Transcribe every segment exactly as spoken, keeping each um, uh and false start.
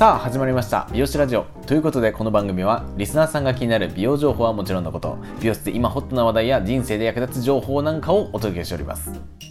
さあ始まりました美容師ラジオということで、この番組はリスナーさんが気になる美容情報はもちろんのこと、美容室で今ホットな話題や人生で役立つ情報なんかをお届けしております。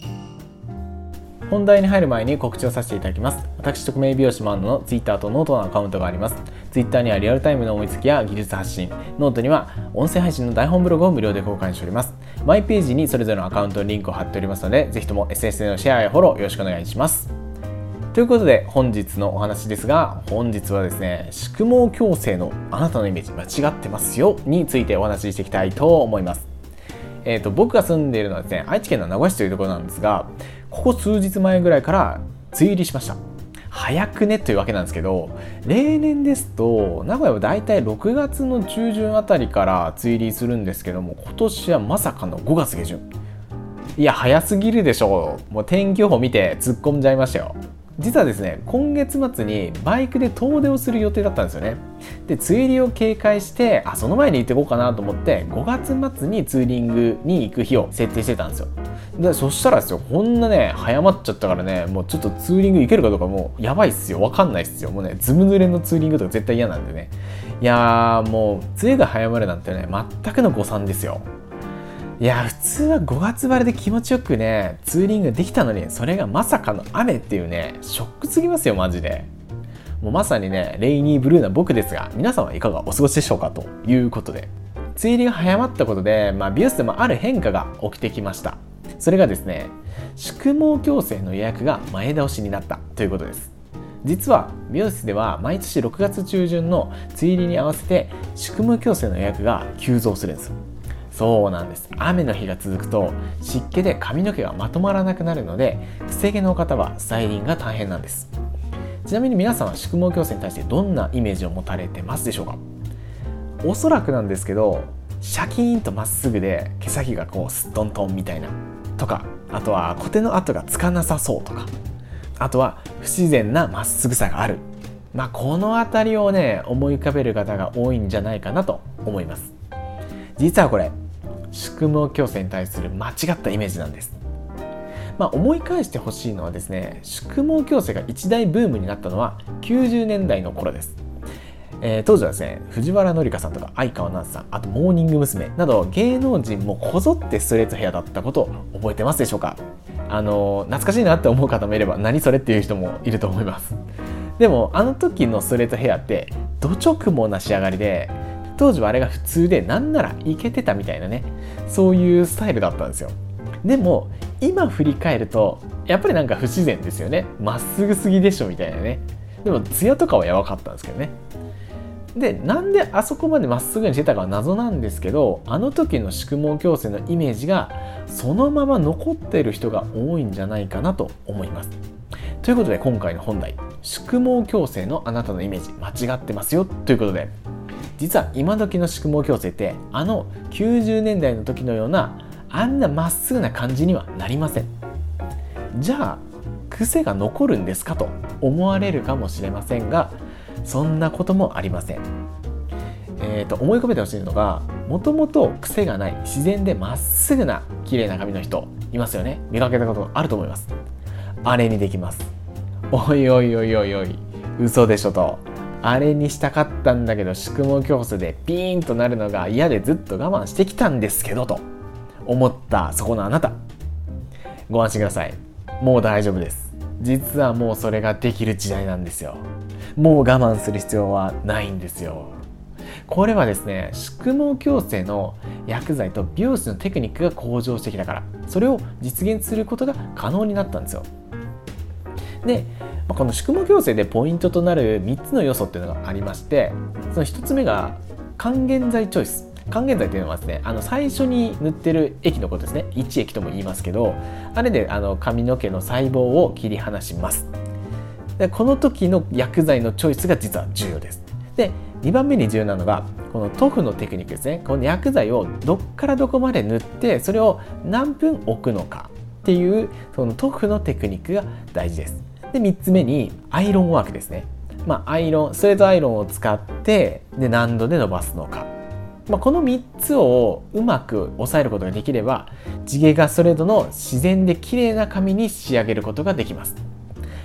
本題に入る前に告知をさせていただきます。私匿名美容師マンドの Twitter とノートのアカウントがあります。 Twitter にはリアルタイムの思いつきや技術発信、ノートには音声配信の台本ブログを無料で公開しております。マイページにそれぞれのアカウントのリンクを貼っておりますので、ぜひとも エスエヌエス でのシェアやフォローよろしくお願いします。ということで本日のお話ですが、本日はですね、宿毛矯正のあなたのイメージ間違ってますよについてお話ししていきたいと思います。えーと、僕が住んでいるのはですね、愛知県の名古屋市というところなんですが、ここ数日前ぐらいから梅雨入りしました。早くねというわけなんですけど、例年ですと名古屋はだいたいろくがつの中旬あたりから梅雨入りするんですけども、今年はまさかのごがつ下旬。いや早すぎるでしょう。もう天気予報見て突っ込んじゃいましたよ。実はですね、今月末にバイクで遠出をする予定だったんですよね。で、梅雨入りを警戒して、あ、その前に行ってこうかなと思ってごがつ末にツーリングに行く日を設定してたんですよ。で、そしたらですよ、こんなね早まっちゃったからね、もうちょっとツーリング行けるかどうかもうやばいっすよ。わかんないっすよ。もうね、ずぶ濡れのツーリングとか絶対嫌なんでね。いやー、もう梅雨が早まるなんてね、全くの誤算ですよ。いや普通はごがつ晴れで気持ちよくねツーリングできたのに、それがまさかの雨っていうね、ショックすぎますよマジで。もうまさにねレイニーブルーな僕ですが、皆さんはいかがお過ごしでしょうかということで、梅雨入りが早まったことで、まあ、美容室でもある変化が起きてきました。それがですね、宿毛矯正の予約が前倒しになったということです。実は美容室では毎年ろくがつ中旬の梅雨入りに合わせて宿毛矯正の予約が急増するんですよ。そうなんです。雨の日が続くと湿気で髪の毛がまとまらなくなるので、くせ毛の方はスタイリングが大変なんです。ちなみに皆さんは宿毛矯正に対してどんなイメージを持たれてますでしょうか。おそらくなんですけど、シャキーンとまっすぐで毛先がこうスットントンみたいなとか、あとはコテの跡がつかなさそうとか、あとは不自然なまっすぐさがある、まあこのあたりをね思い浮かべる方が多いんじゃないかなと思います。実はこれ宿毛矯正に対する間違ったイメージなんです。まあ、思い返してほしいのはですね、宿毛矯正が一大ブームになったのはきゅうじゅうねんだいの頃です。えー、当時はですね、藤原紀香さんとか相川七瀬さん、あとモーニング娘。など芸能人もこぞってストレートヘアだったことを覚えてますでしょうか。あのー、懐かしいなって思う方もいれば、何それっていう人もいると思います。でもあの時のストレートヘアってド直毛な仕上がりで、当時はあれが普通で、なんならイケてたみたいなね、そういうスタイルだったんですよ。でも今振り返るとやっぱりなんか不自然ですよね。まっすぐすぎでしょみたいなね。でもツヤとかはやばかったんですけどね。で、なんであそこまでまっすぐにしてたかは謎なんですけど、あの時の宿毛矯正のイメージがそのまま残っている人が多いんじゃないかなと思います。ということで今回の本題、宿毛矯正のあなたのイメージ間違ってますよということで、実は今時の宿毛矯正ってあのきゅうじゅうねんだいの時のようなあんなまっすぐな感じにはなりません。じゃあ癖が残るんですかと思われるかもしれませんが、そんなこともありません。えーと思い浮かべてほしいのが、もともと癖がない自然でまっすぐな綺麗な髪の人いますよね。見かけたことあると思います。あれにできます。おいおいおいおいおい、嘘でしょと。あれにしたかったんだけど宿毛矯正でピーンとなるのが嫌でずっと我慢してきたんですけどと思ったそこのあなた、ご安心ください。もう大丈夫です。実はもうそれができる時代なんですよ。もう我慢する必要はないんですよ。これはですね、宿毛矯正の薬剤と美容師のテクニックが向上してきたから、それを実現することが可能になったんですよ。で、この宿毛矯正でポイントとなるみっつの要素っていうのがありまして、そのひとつめが還元剤チョイス。還元剤っていうのはですね、あの最初に塗ってる液のことですね。一液とも言いますけど、あれであの髪の毛の細胞を切り離します。で、この時の薬剤のチョイスが実は重要です。で、にばんめに重要なのがこの塗布のテクニックですね。この薬剤をどっからどこまで塗って、それを何分置くのかっていうその塗布のテクニックが大事です。で、みっつめにアイロンワークですね。まあ、アイロン、ストレートアイロンを使ってで何度で伸ばすのか。まあ、このみっつをうまく抑えることができれば、地毛がストレートの自然で綺麗な髪に仕上げることができます。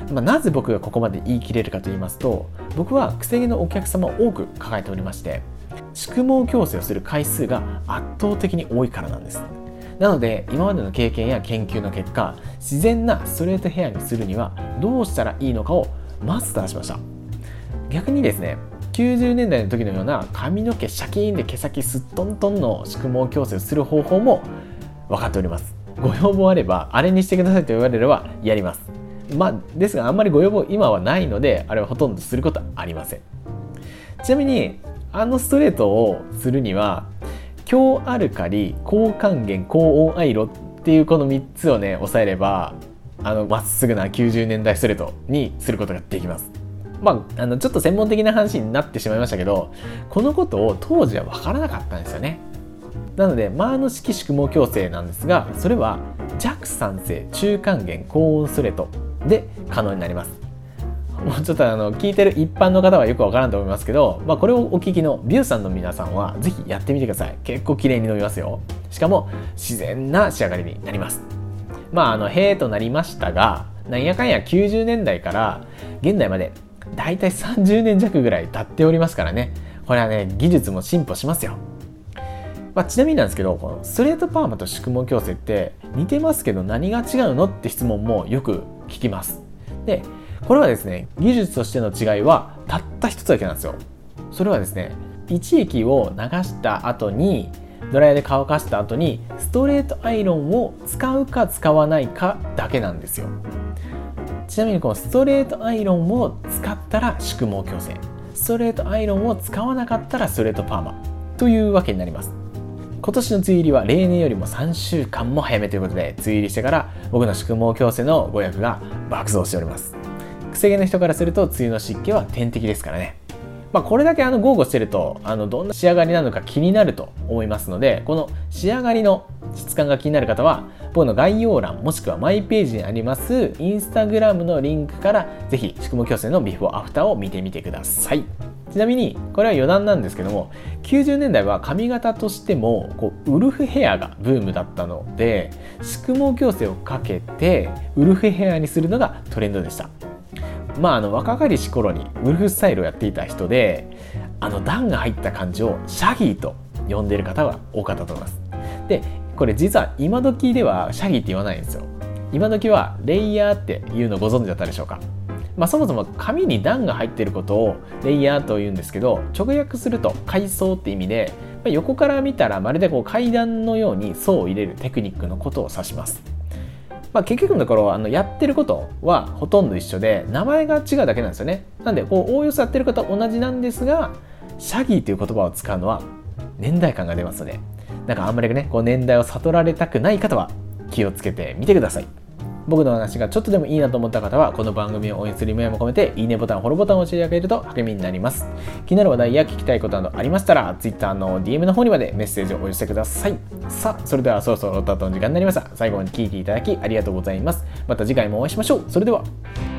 まあ、なぜ僕がここまで言い切れるかと言いますと、僕はくせ毛のお客様を多く抱えておりまして、宿毛矯正をする回数が圧倒的に多いからなんです。なので今までの経験や研究の結果、自然なストレートヘアにするにはどうしたらいいのかをマスターしました。逆にですね、きゅうじゅうねんだいの時のような髪の毛シャキーンで毛先すっとんとんの宿毛矯正をする方法も分かっております。ご要望あればあれにしてくださいと言われればやります。まあですが、あんまりご要望今はないので、あれはほとんどすることはありません。ちなみにあのストレートをするには、強アルカリ、高還元、高温アイロっていうこのみっつをね押さえれば、あのまっすぐなきゅうじゅうねんだいストレートにすることができます。まあ、あのちょっと専門的な話になってしまいましたけど、このことを当時は分からなかったんですよね。なのでマーノ式宿毛矯正なんですが、それは弱酸性中還元高温ストレートで可能になります。もうちょっとあの聞いてる一般の方はよくわからんと思いますけど、まあ、これをお聞きの美容師さんの皆さんはぜひやってみてください。結構綺麗に伸びますよ。しかも自然な仕上がりになります。まああのへーとなりましたが、なんやかんやきゅうじゅうねんだいから現代までだいたいさんじゅうねん弱ぐらい経っておりますからね。これはね、技術も進歩しますよ。まあ、ちなみになんですけど、このストレートパーマと宿毛矯正って似てますけど何が違うのって質問もよく聞きます。でこれはですね、技術としての違いはたった一つだけなんですよ。それはですね、一液を流した後にドライヤーで乾かした後にストレートアイロンを使うか使わないかだけなんですよ。ちなみにこのストレートアイロンを使ったら宿毛矯正、ストレートアイロンを使わなかったらストレートパーマというわけになります。今年の梅雨入りは例年よりもさんしゅうかんも早めということで、梅雨入りしてから僕の宿毛矯正のご予約が爆増しております。くせ毛の人からすると梅雨の湿気は天敵ですからね。まあ、これだけあの豪語してると、あのどんな仕上がりなのか気になると思いますので、この仕上がりの質感が気になる方は僕の概要欄もしくはマイページにありますインスタグラムのリンクからぜひ宿毛矯正のビフォーアフターを見てみてください。ちなみにこれは余談なんですけども、きゅうじゅうねんだいは髪型としてもこうウルフヘアがブームだったので、宿毛矯正をかけてウルフヘアにするのがトレンドでした。まあ、あの若かりし頃にウルフスタイルをやっていた人で、あの段が入った感じをシャギーと呼んでいる方が多かったと思います。でこれ実は今時ではシャギーって言わないんですよ。今時はレイヤーっていうのご存知だったでしょうか。まあ、そもそも髪に段が入っていることをレイヤーと言うんですけど、直訳すると階層って意味で、横から見たらまるでこう階段のように層を入れるテクニックのことを指します。まあ、結局のところあのやってることはほとんど一緒で、名前が違うだけなんですよね。なんでこうおおよそやってることは同じなんですが、シャギーという言葉を使うのは年代感が出ますので、なんかあんまりねこう年代を悟られたくない方は気をつけてみてください。僕の話がちょっとでもいいなと思った方は、この番組を応援する意味も込めていいねボタン、フォローボタンを押していただけると励みになります。気になる話題や聞きたいことなどありましたら Twitter の ディーエム の方にまでメッセージをお寄せください。さあそれではそろそろロットアウトの時間になりました。最後まで聞いていただきありがとうございます。また次回もお会いしましょう。それでは。